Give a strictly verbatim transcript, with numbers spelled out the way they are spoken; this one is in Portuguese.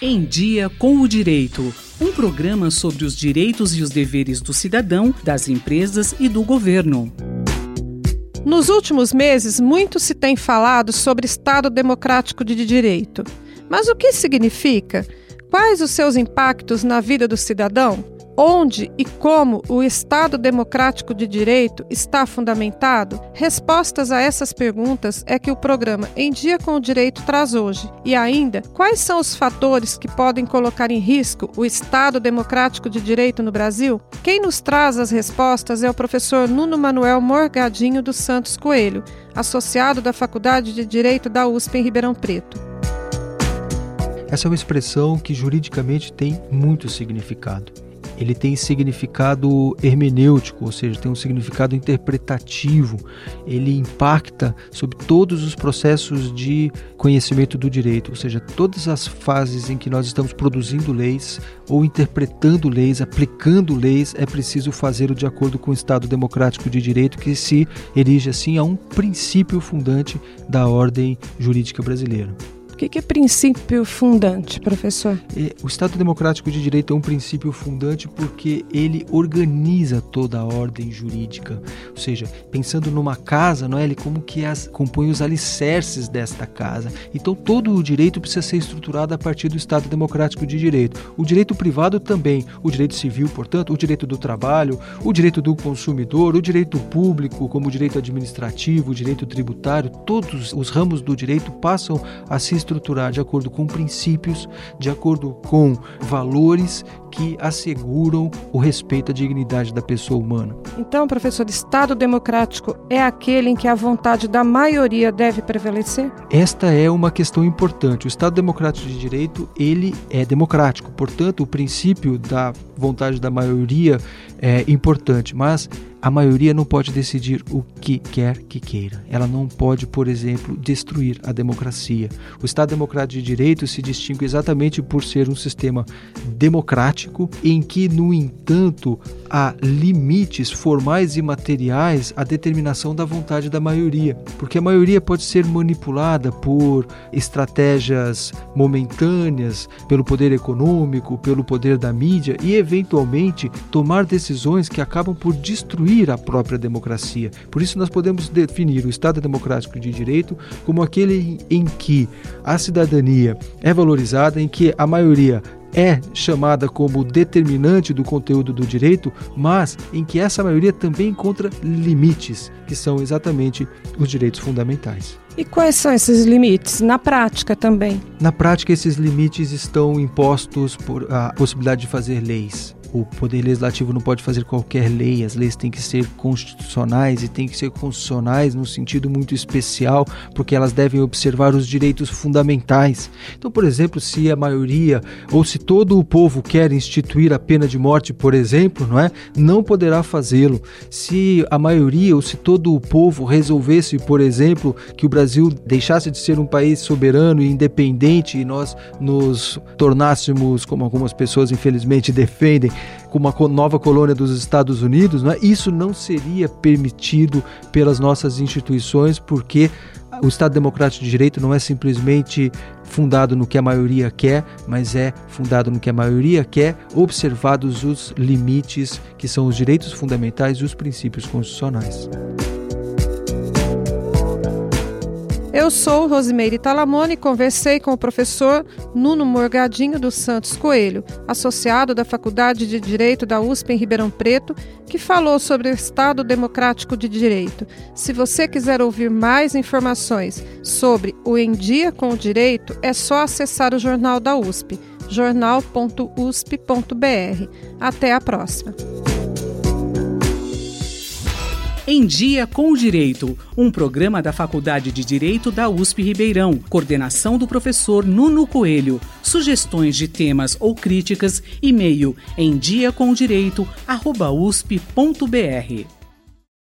Em Dia com o Direito, um programa sobre os direitos e os deveres do cidadão, das empresas e do governo. Nos últimos meses, muito se tem falado sobre Estado Democrático de Direito. Mas o que significa? Quais os seus impactos na vida do cidadão? Onde e como o Estado Democrático de Direito está fundamentado? Respostas a essas perguntas é que o programa Em Dia com o Direito traz hoje. E ainda, quais são os fatores que podem colocar em risco o Estado Democrático de Direito no Brasil? Quem nos traz as respostas é o professor Nuno Manuel Morgadinho dos Santos Coelho, associado da Faculdade de Direito da U S P em Ribeirão Preto. Essa é uma expressão que juridicamente tem muito significado. Ele tem significado hermenêutico, ou seja, tem um significado interpretativo. Ele impacta sobre todos os processos de conhecimento do direito, ou seja, todas as fases em que nós estamos produzindo leis ou interpretando leis, aplicando leis, é preciso fazê-lo de acordo com o Estado Democrático de Direito, que se erige assim a um princípio fundante da ordem jurídica brasileira. O que é princípio fundante, professor? O Estado Democrático de Direito é um princípio fundante porque ele organiza toda a ordem jurídica. Ou seja, pensando numa casa, não é? Ele como que as, compõe os alicerces desta casa. Então todo o direito precisa ser estruturado a partir do Estado Democrático de Direito. O direito privado também, o direito civil, portanto, o direito do trabalho, o direito do consumidor, o direito público, como o direito administrativo, o direito tributário, todos os ramos do direito passam a se estruturar de acordo com princípios, de acordo com valores que asseguram o respeito à dignidade da pessoa humana. Então, professor, Estado democrático é aquele em que a vontade da maioria deve prevalecer? Esta é uma questão importante. O Estado Democrático de Direito, ele é democrático, portanto, o princípio da vontade da maioria é importante, mas a maioria não pode decidir o que quer que queira. Ela não pode, por exemplo, destruir a democracia. O Estado Democrático de Direito se distingue exatamente por ser um sistema democrático, em que, no entanto, há limites formais e materiais à determinação da vontade da maioria. Porque a maioria pode ser manipulada por estratégias momentâneas, pelo poder econômico, pelo poder da mídia e, eventualmente, tomar decisões que acabam por destruir a própria democracia. Por isso nós podemos definir o Estado Democrático de Direito como aquele em que a cidadania é valorizada, em que a maioria é chamada como determinante do conteúdo do direito, mas em que essa maioria também encontra limites, que são exatamente os direitos fundamentais. E quais são esses limites? Na prática também? Na prática, esses limites estão impostos por a possibilidade de fazer leis. O Poder Legislativo não pode fazer qualquer lei, as leis têm que ser constitucionais e têm que ser constitucionais num sentido muito especial, porque elas devem observar os direitos fundamentais. Então, por exemplo, se a maioria ou se todo o povo quer instituir a pena de morte, por exemplo, não é? Não poderá fazê-lo. Se a maioria ou se todo o povo resolvesse, por exemplo, que o Brasil deixasse de ser um país soberano e independente e nós nos tornássemos, como algumas pessoas infelizmente defendem, como uma nova colônia dos Estados Unidos, não é? Isso não seria permitido pelas nossas instituições, porque o Estado Democrático de Direito não é simplesmente fundado no que a maioria quer, mas é fundado no que a maioria quer, observados os limites que são os direitos fundamentais e os princípios constitucionais. Eu sou Rosimeire Talamone e conversei com o professor Nuno Morgadinho dos Santos Coelho, associado da Faculdade de Direito da U S P em Ribeirão Preto, que falou sobre o Estado Democrático de Direito. Se você quiser ouvir mais informações sobre o Em Dia com o Direito, é só acessar o jornal da U S P, jornal ponto u s p ponto b r. Até a próxima. Em Dia com o Direito, um programa da Faculdade de Direito da U S P Ribeirão, coordenação do professor Nuno Coelho. Sugestões de temas ou críticas, e-mail em dia com direito arroba u s p ponto b r.